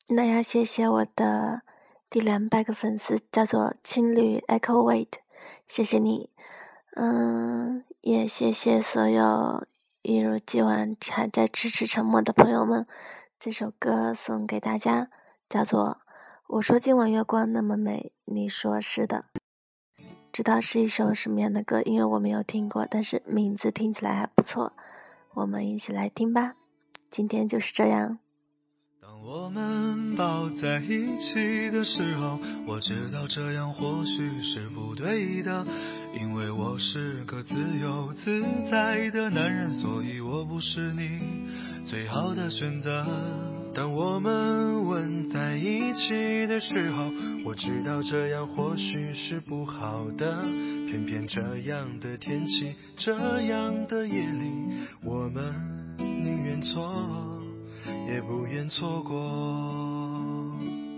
那要谢谢我的第200个粉丝，叫做青旅 Echo Wait， 谢谢你。也谢谢所有一如既往还在支持沉默的朋友们。这首歌送给大家，叫做我说今晚月光那么美，你说是的。知道是一首什么样的歌，因为我没有听过，但是名字听起来还不错，我们一起来听吧。今天就是这样。 当我们抱在一起的时候，我知道这样或许是不对的，因为我是个自由自在的男人，所以我不是你最好的选择。当我们吻在一起的时候，我知道这样或许是不好的，偏偏这样的天气，这样的夜里，我们宁愿错也不愿错过。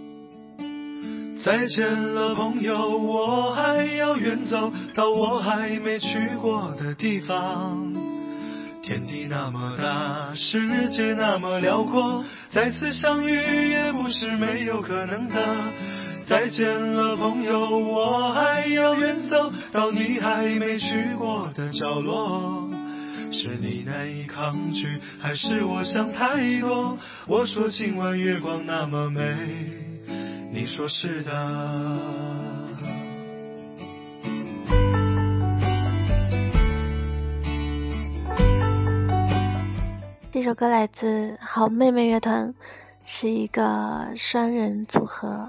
再见了朋友，我还要远走到我还没去过的地方。天地那么大，世界那么辽阔，再次相遇也不是没有可能的。再见了朋友，我还要远走到你还没去过的角落。是你难以抗拒，还是我想太多？我说今晚月光那么美，你说是的。 这首歌来自好妹妹乐团，是一个双人组合。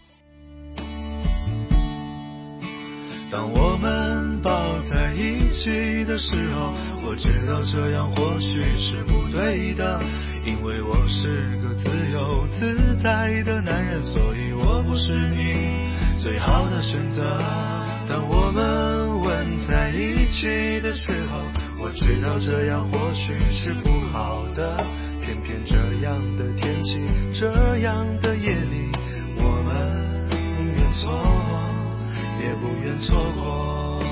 当我们抱在一起的时候，我知道这样或许是不对的，因为我是个自由自在的男人，所以我不是你最好的选择。当我们吻在一起的时候，我知道这样或许是不好的，偏偏这样的天气，这样的夜里，我们宁愿错也不愿错过。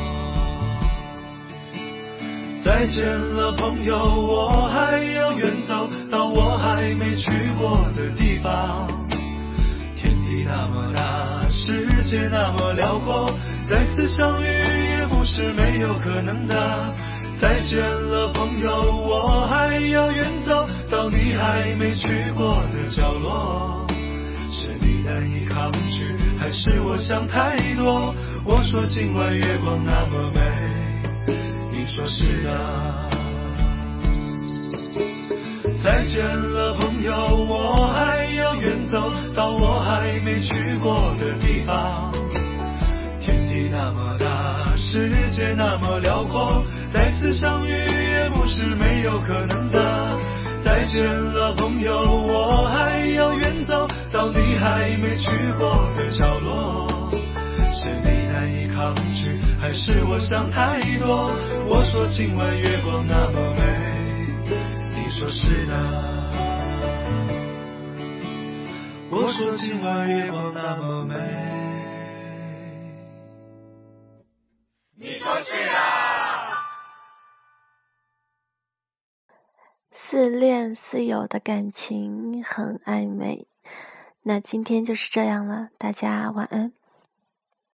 再见了朋友，我还要远走到我还没去过的地方。天地那么大，世界那么辽阔，再次相遇也不是没有可能的。再见了朋友，我还要远走到你还没去过的角落。是你难以抗拒，还是我想太多？我说今晚月光那么美，你说是的。再见了朋友，我还要远走到我还没去过的地方。天地那么大，世界那么辽阔，再次相遇也不是没有可能的。再见了朋友，我还要远走到你还没去过的角落。是你难以抗拒，还是我想太多？我说今晚月光那么美，你说是的。我说今晚月光那么美，你说是的。 似恋似友的感情很暧昧，那今天就是这样了，大家晚安。